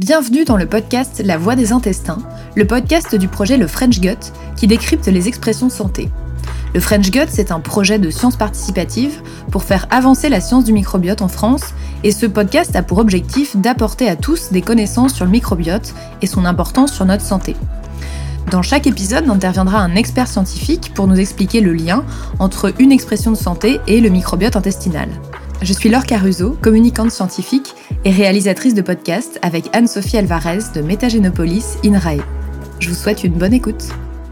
Bienvenue dans le podcast La Voix des intestins, le podcast du projet Le French Gut qui décrypte les expressions santé. Le French Gut, c'est un projet de science participative pour faire avancer la science du microbiote en France et ce podcast a pour objectif d'apporter à tous des connaissances sur le microbiote et son importance sur notre santé. Dans chaque épisode interviendra un expert scientifique pour nous expliquer le lien entre une expression de santé et le microbiote intestinal. Je suis Laure Caruso, communicante scientifique et réalisatrice de podcasts avec Anne-Sophie Alvarez de Métagénopolis INRAE. Je vous souhaite une bonne écoute.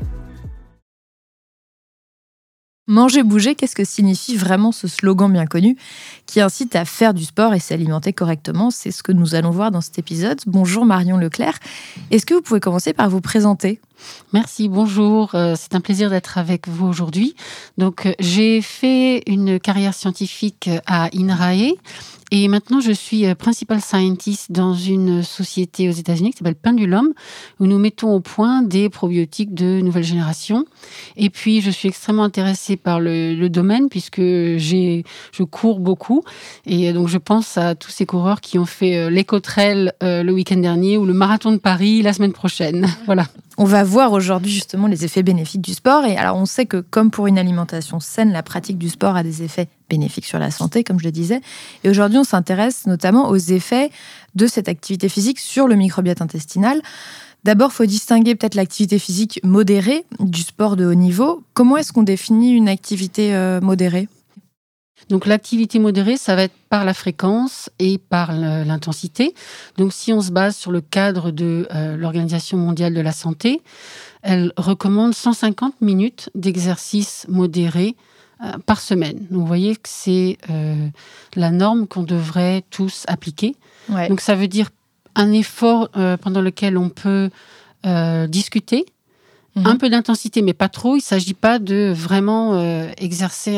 Manger, bouger, qu'est-ce que signifie vraiment ce slogan bien connu qui incite à faire du sport et s'alimenter correctement? C'est ce que nous allons voir dans cet épisode. Bonjour Marion Leclerc. Est-ce que vous pouvez commencer par vous présenter? Merci, bonjour. C'est un plaisir d'être avec vous aujourd'hui. Donc, j'ai fait une carrière scientifique à INRAE. Et maintenant, je suis principal scientist dans une société aux États-Unis qui s'appelle Pendulum, où nous mettons au point des probiotiques de nouvelle génération. Et puis, je suis extrêmement intéressée par le domaine, puisque je cours beaucoup. Et donc, je pense à tous ces coureurs qui ont fait l'Éco-Trail le week-end dernier ou le marathon de Paris la semaine prochaine. Voilà. On va voir aujourd'hui justement les effets bénéfiques du sport. Et alors, on sait que comme pour une alimentation saine, la pratique du sport a des effets bénéfiques sur la santé, comme je le disais. Et aujourd'hui, on s'intéresse notamment aux effets de cette activité physique sur le microbiote intestinal. D'abord, il faut distinguer peut-être l'activité physique modérée du sport de haut niveau. Comment est-ce qu'on définit une activité modérée ? Donc l'activité modérée, ça va être par la fréquence et par l'intensité. Donc si on se base sur le cadre de l'Organisation mondiale de la santé, elle recommande 150 minutes d'exercice modéré par semaine. Donc vous voyez que c'est la norme qu'on devrait tous appliquer. Ouais. Donc ça veut dire un effort pendant lequel on peut discuter, un peu d'intensité, mais pas trop. Il ne s'agit pas de vraiment exercer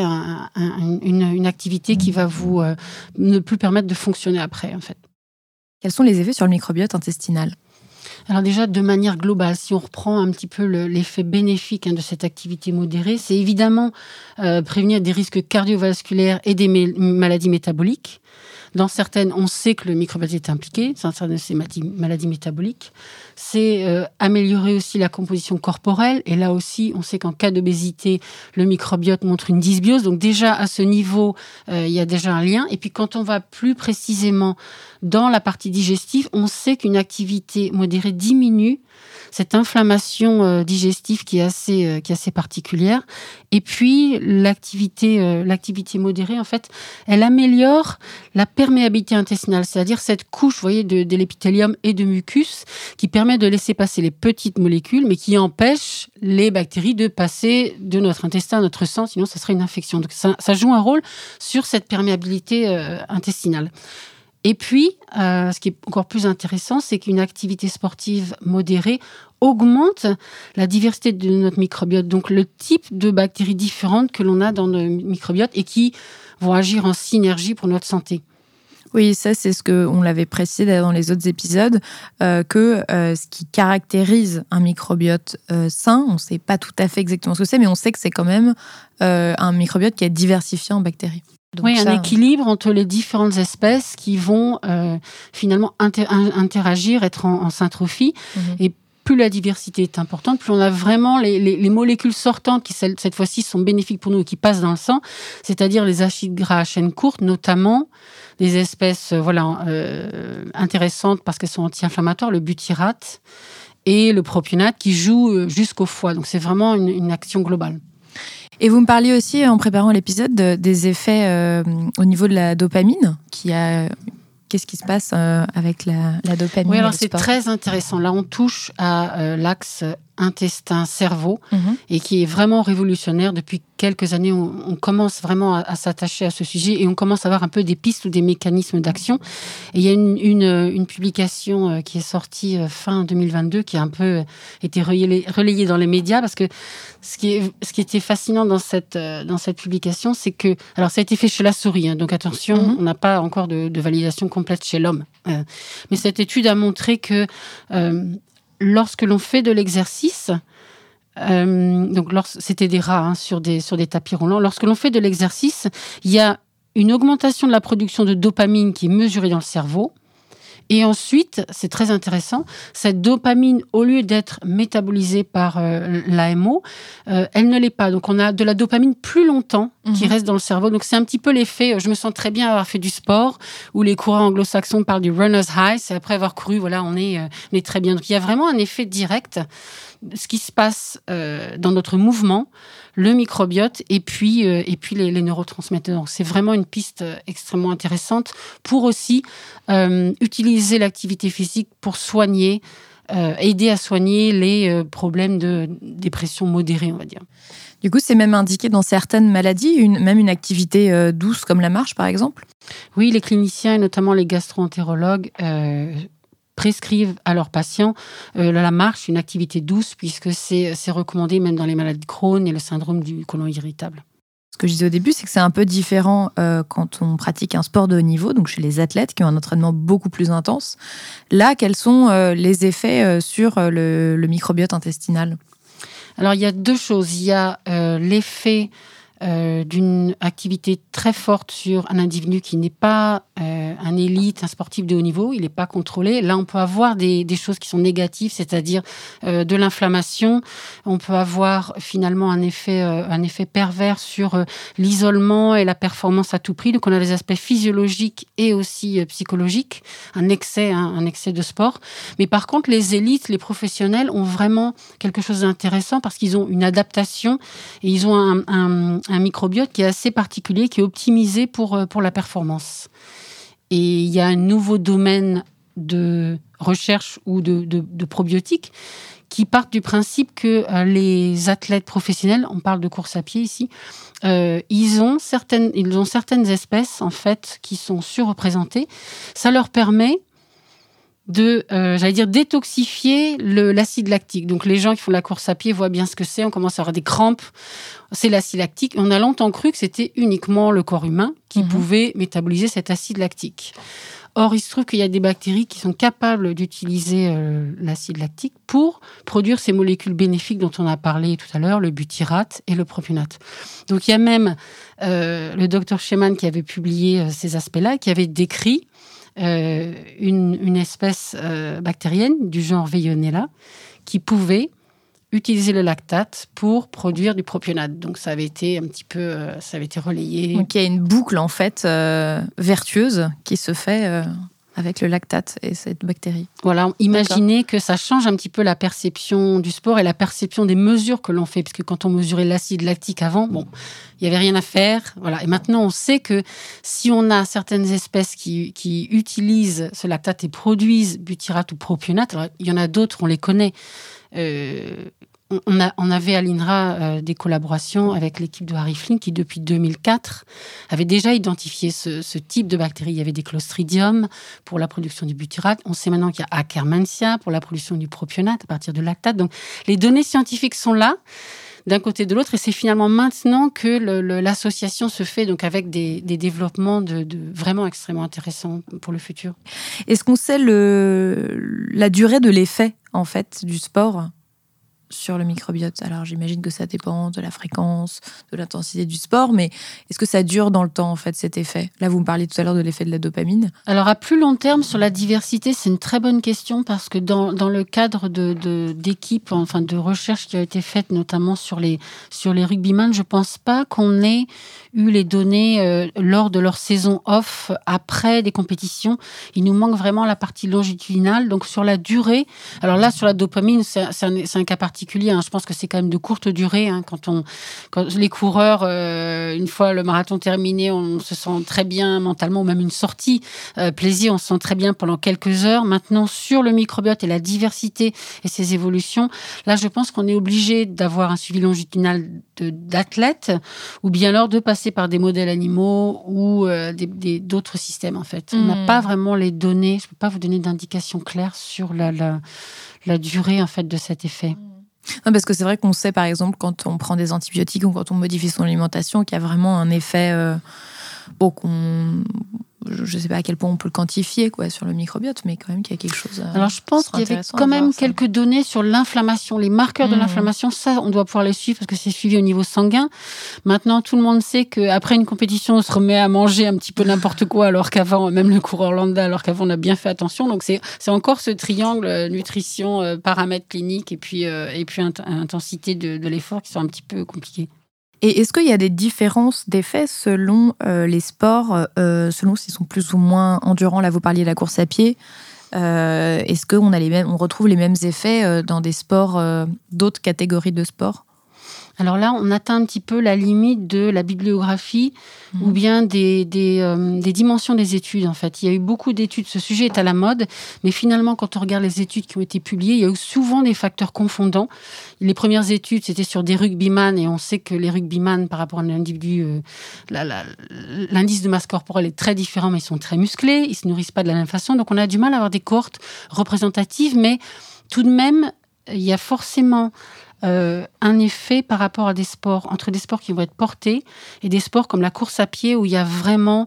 une activité qui va vous ne plus permettre de fonctionner après, en fait. Quels sont les effets sur le microbiote intestinal ? Alors déjà, de manière globale, si on reprend un petit peu l'effet bénéfique de cette activité modérée, c'est évidemment prévenir des risques cardiovasculaires et des maladies métaboliques. Dans certaines, on sait que le microbiote est impliqué, dans certaines de ces maladies métaboliques. C'est améliorer aussi la composition corporelle. Et là aussi, on sait qu'en cas d'obésité, le microbiote montre une dysbiose. Donc déjà, à ce niveau, il y a déjà un lien. Et puis quand on va plus précisément dans la partie digestive, on sait qu'une activité modérée diminue cette inflammation digestive qui est assez particulière. Et puis, l'activité modérée, en fait, elle améliore la perméabilité intestinale, c'est-à-dire cette couche, vous voyez, de l'épithélium et de mucus qui permet de laisser passer les petites molécules, mais qui empêche les bactéries de passer de notre intestin à notre sang, sinon ça serait une infection. Donc, ça joue un rôle sur cette perméabilité intestinale. Et puis, ce qui est encore plus intéressant, c'est qu'une activité sportive modérée augmente la diversité de notre microbiote, donc le type de bactéries différentes que l'on a dans le microbiote et qui vont agir en synergie pour notre santé. Oui, ça, c'est ce qu'on l'avait précisé dans les autres épisodes, que ce qui caractérise un microbiote sain, on ne sait pas tout à fait exactement ce que c'est, mais on sait que c'est quand même un microbiote qui est diversifié en bactéries. Donc oui, un équilibre entre les différentes espèces qui vont finalement interagir, être en syntrophie. Et plus la diversité est importante, plus on a vraiment les molécules sortantes qui, cette fois-ci, sont bénéfiques pour nous et qui passent dans le sang, c'est-à-dire les acides gras à chaîne courte, notamment des espèces intéressantes parce qu'elles sont anti-inflammatoires, le butyrate et le propionate qui jouent jusqu'au foie. Donc c'est vraiment une action globale. Et vous me parliez aussi, en préparant l'épisode, des effets au niveau de la dopamine, qu'est-ce qui se passe avec la dopamine? Oui, alors c'est très intéressant. Là, on touche à l'axe intestin-cerveau et qui est vraiment révolutionnaire. Depuis quelques années, on commence vraiment à s'attacher à ce sujet et on commence à avoir un peu des pistes ou des mécanismes d'action. Et il y a une publication qui est sortie fin 2022 qui a un peu été relayée dans les médias parce que ce qui était fascinant dans cette publication, c'est que, alors ça a été fait chez la souris, donc attention, on n'a pas encore de validation complète chez l'homme. Mais cette étude a montré que lorsque l'on fait de l'exercice, c'était des rats sur des tapis roulants. Lorsque l'on fait de l'exercice, il y a une augmentation de la production de dopamine qui est mesurée dans le cerveau Et ensuite, c'est très intéressant, cette dopamine, au lieu d'être métabolisée par l'AMO, elle ne l'est pas. Donc, on a de la dopamine plus longtemps qui reste dans le cerveau. Donc, c'est un petit peu l'effet, je me sens très bien avoir fait du sport, où les coureurs anglo-saxons parlent du runner's high, c'est après avoir couru, voilà, on est très bien. Donc, il y a vraiment un effet direct, ce qui se passe dans notre mouvement, le microbiote et puis les neurotransmetteurs. Donc, c'est vraiment une piste extrêmement intéressante pour aussi utiliser l'activité physique pour soigner, aider à soigner les problèmes de dépression modérée, on va dire. Du coup, c'est même indiqué dans certaines maladies, même une activité douce comme la marche, par exemple ? Oui, les cliniciens et notamment les gastro-entérologues prescrivent à leurs patients la marche, une activité douce, puisque c'est recommandé même dans les maladies de Crohn et le syndrome du côlon irritable. Ce que je disais au début, c'est que c'est un peu différent quand on pratique un sport de haut niveau, donc chez les athlètes qui ont un entraînement beaucoup plus intense. Là, quels sont les effets sur le microbiote intestinal ? Alors, il y a deux choses. Il y a l'effet d'une activité très forte sur un individu qui n'est pas un élite, un sportif de haut niveau, il n'est pas contrôlé. Là, on peut avoir des choses qui sont négatives, c'est-à-dire de l'inflammation. On peut avoir finalement un effet pervers sur l'isolement et la performance à tout prix. Donc, on a les aspects physiologiques et aussi psychologiques, un excès de sport. Mais par contre, les élites, les professionnels ont vraiment quelque chose d'intéressant parce qu'ils ont une adaptation et ils ont un microbiote qui est assez particulier, qui est optimisé pour la performance. Et il y a un nouveau domaine de recherche ou de probiotiques qui partent du principe que les athlètes professionnels, on parle de course à pied ici, ils ont certaines espèces en fait qui sont surreprésentées. Ça leur permet de, détoxifier l'acide lactique. Donc, les gens qui font la course à pied voient bien ce que c'est. On commence à avoir des crampes. C'est l'acide lactique. On a longtemps cru que c'était uniquement le corps humain qui pouvait métaboliser cet acide lactique. Or, il se trouve qu'il y a des bactéries qui sont capables d'utiliser l'acide lactique pour produire ces molécules bénéfiques dont on a parlé tout à l'heure, le butyrate et le propionate. Donc, il y a même le docteur Sheman qui avait publié ces aspects-là, qui avait décrit une espèce bactérienne du genre Veillonella qui pouvait utiliser le lactate pour produire du propionate. Donc ça avait été relayé. Donc il y a une boucle en fait vertueuse qui se fait avec le lactate et cette bactérie. Voilà, imaginez que ça change un petit peu la perception du sport et la perception des mesures que l'on fait, parce que quand on mesurait l'acide lactique avant, il n'y avait rien à faire. Voilà. Et maintenant, on sait que si on a certaines espèces qui utilisent ce lactate et produisent butyrate ou propionate, alors il y en a d'autres, on les connaît. On avait à l'INRA des collaborations avec l'équipe de Harry Flynn qui, depuis 2004, avait déjà identifié ce type de bactéries. Il y avait des Clostridium pour la production du butyrate. On sait maintenant qu'il y a Akkermansia pour la production du propionate à partir de lactate. Donc, les données scientifiques sont là, d'un côté et de l'autre. Et c'est finalement maintenant que l'association se fait donc avec des développements de vraiment extrêmement intéressants pour le futur. Est-ce qu'on sait la durée de l'effet, en fait, du sport sur le microbiote? Alors, j'imagine que ça dépend de la fréquence, de l'intensité du sport, mais est-ce que ça dure dans le temps, en fait, cet effet? Là, vous me parliez tout à l'heure de l'effet de la dopamine. Alors, à plus long terme, sur la diversité, c'est une très bonne question parce que dans le cadre d'équipes, enfin, de recherches qui ont été faites, notamment sur les rugbyman, je pense pas qu'on ait eu les données lors de leur saison off, après des compétitions. Il nous manque vraiment la partie longitudinale. Donc, sur la durée, alors là, sur la dopamine, c'est un cas particulier. Je pense que c'est quand même de courte durée. Quand les coureurs, une fois le marathon terminé, on se sent très bien mentalement, ou même une sortie plaisir, on se sent très bien pendant quelques heures. Maintenant, sur le microbiote et la diversité et ses évolutions, là, je pense qu'on est obligé d'avoir un suivi longitudinal d'athlètes, ou bien alors de passer par des modèles animaux ou d'autres systèmes, en fait. On n'a pas vraiment les données. Je ne peux pas vous donner d'indications claires sur la durée, en fait, de cet effet. Non, parce que c'est vrai qu'on sait, par exemple, quand on prend des antibiotiques ou quand on modifie son alimentation, qu'il y a vraiment un effet je ne sais pas à quel point on peut le quantifier sur le microbiote, mais quand même qu'il y a quelque chose. Alors je pense qu'il y avait quand même quelques données sur l'inflammation, les marqueurs de l'inflammation. Ça, on doit pouvoir les suivre parce que c'est suivi au niveau sanguin. Maintenant, tout le monde sait qu'après une compétition, on se remet à manger un petit peu n'importe quoi, alors qu'avant, même le coureur lambda, alors qu'avant on a bien fait attention. Donc c'est encore ce triangle nutrition, paramètres cliniques et puis intensité de l'effort qui sont un petit peu compliqués. Et est-ce qu'il y a des différences d'effets selon les sports, selon s'ils sont plus ou moins endurants? Là, vous parliez de la course à pied. Est-ce qu'on on retrouve les mêmes effets dans des sports, d'autres catégories de sports? Alors là, on atteint un petit peu la limite de la bibliographie ou bien des dimensions des études, en fait. Il y a eu beaucoup d'études, ce sujet est à la mode, mais finalement, quand on regarde les études qui ont été publiées, il y a eu souvent des facteurs confondants. Les premières études, c'était sur des rugbyman, et on sait que les rugbyman, par rapport à un individu, l'indice de masse corporelle est très différent, mais ils sont très musclés, ils ne se nourrissent pas de la même façon, donc on a du mal à avoir des cohortes représentatives, mais tout de même, il y a forcément un effet par rapport à entre des sports qui vont être portés et des sports comme la course à pied où il y a vraiment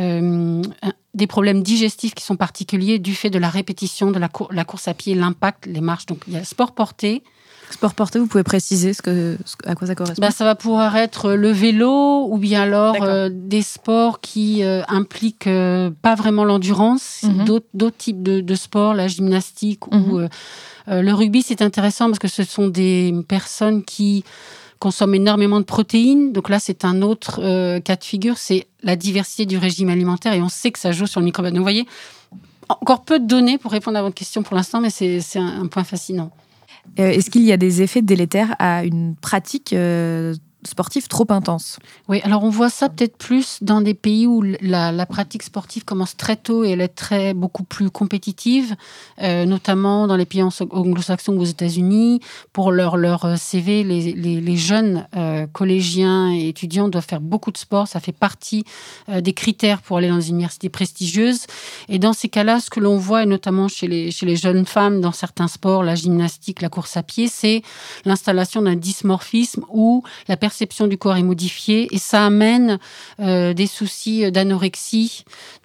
des problèmes digestifs qui sont particuliers du fait de la répétition de la course à pied, l'impact, les marches. Donc il y a sport porté. Sport porté, vous pouvez préciser à quoi ça correspond? Ça va pouvoir être le vélo ou bien alors des sports qui impliquent pas vraiment l'endurance, d'autres types de sports, la gymnastique ou le rugby. C'est intéressant parce que ce sont des personnes qui consomment énormément de protéines. Donc là, c'est un autre cas de figure, c'est la diversité du régime alimentaire et on sait que ça joue sur le microbiote. Donc vous voyez, encore peu de données pour répondre à votre question pour l'instant, mais c'est un point fascinant. Est-ce qu'il y a des effets délétères à une pratique sportive trop intense? Oui, alors on voit ça peut-être plus dans des pays où la pratique sportive commence très tôt et elle est beaucoup plus compétitive, notamment dans les pays anglo-saxons ou aux États-Unis. Pour leur CV, les jeunes collégiens et étudiants doivent faire beaucoup de sport. Ça fait partie des critères pour aller dans une université prestigieuse. Et dans ces cas-là, ce que l'on voit, et notamment chez les jeunes femmes dans certains sports, la gymnastique, la course à pied, c'est l'installation d'un dysmorphisme où la perception du corps est modifiée et ça amène des soucis d'anorexie,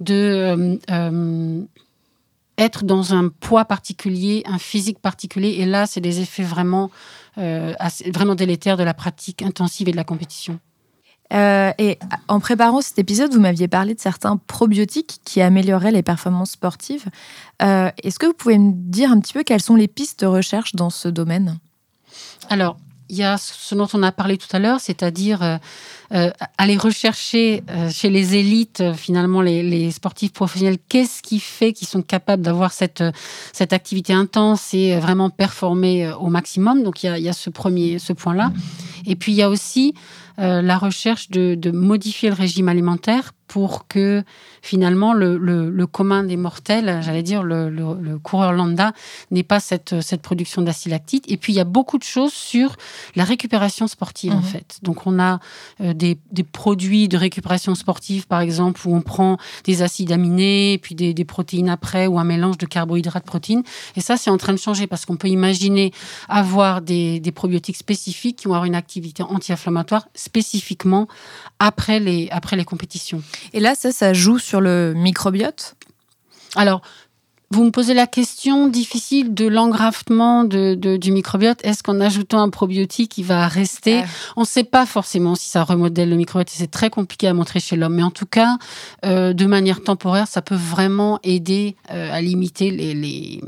être dans un poids particulier, un physique particulier. Et là, c'est des effets vraiment délétères de la pratique intensive et de la compétition. Et en préparant cet épisode, vous m'aviez parlé de certains probiotiques qui amélioraient les performances sportives. Est-ce que vous pouvez me dire un petit peu quelles sont les pistes de recherche dans ce domaine? Alors, il y a ce dont on a parlé tout à l'heure, c'est-à-dire aller rechercher chez les élites, finalement, les sportifs professionnels, qu'est-ce qui fait qu'ils sont capables d'avoir cette activité intense et vraiment performer au maximum. Donc, il y a ce point-là. Et puis, il y a aussi la recherche de modifier le régime alimentaire pour que, finalement, le commun des mortels, j'allais dire, le coureur lambda, n'ait pas cette production d'acide lactique. Et puis, il y a beaucoup de choses sur la récupération sportive, en fait. Donc, on a des produits de récupération sportive, par exemple, où on prend des acides aminés, puis des protéines après, ou un mélange de carbohydrates, protéines. Et ça, c'est en train de changer, parce qu'on peut imaginer avoir des probiotiques spécifiques qui vont avoir une activité anti-inflammatoire spécifiquement après les compétitions. Et là, ça joue sur le microbiote? Alors, vous me posez la question difficile de l'engraffement du microbiote. Est-ce qu'en ajoutant un probiotique, il va rester? On ne sait pas forcément si ça remodèle le microbiote. C'est très compliqué à montrer chez l'homme. Mais en tout cas, de manière temporaire, ça peut vraiment aider à limiter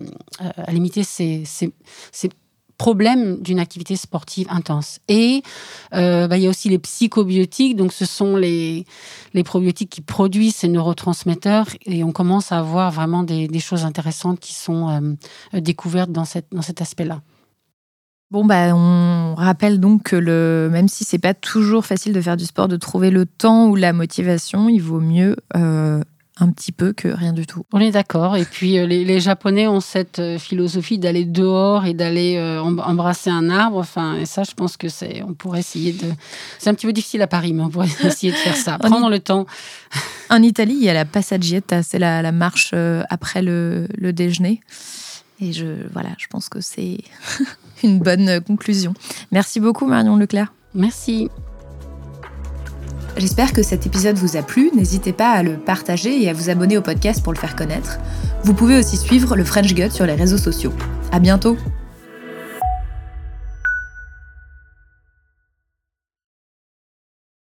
ces problème d'une activité sportive intense. Et il y a aussi les psychobiotiques, donc ce sont les probiotiques qui produisent ces neurotransmetteurs et on commence à avoir vraiment des choses intéressantes qui sont découvertes dans cet aspect-là. Bon, on rappelle donc que même si c'est pas toujours facile de faire du sport, de trouver le temps ou la motivation, il vaut mieux un petit peu que rien du tout. On est d'accord. Et puis, les Japonais ont cette philosophie d'aller dehors et d'aller embrasser un arbre. Enfin, et ça, je pense que on pourrait essayer de... C'est un petit peu difficile à Paris, mais on pourrait essayer de faire ça. Prendre le temps. En Italie, il y a la passeggiata, c'est la marche après le déjeuner. Et je pense que c'est une bonne conclusion. Merci beaucoup, Marion Leclerc. Merci. J'espère que cet épisode vous a plu, n'hésitez pas à le partager et à vous abonner au podcast pour le faire connaître. Vous pouvez aussi suivre le French Gut sur les réseaux sociaux. À bientôt!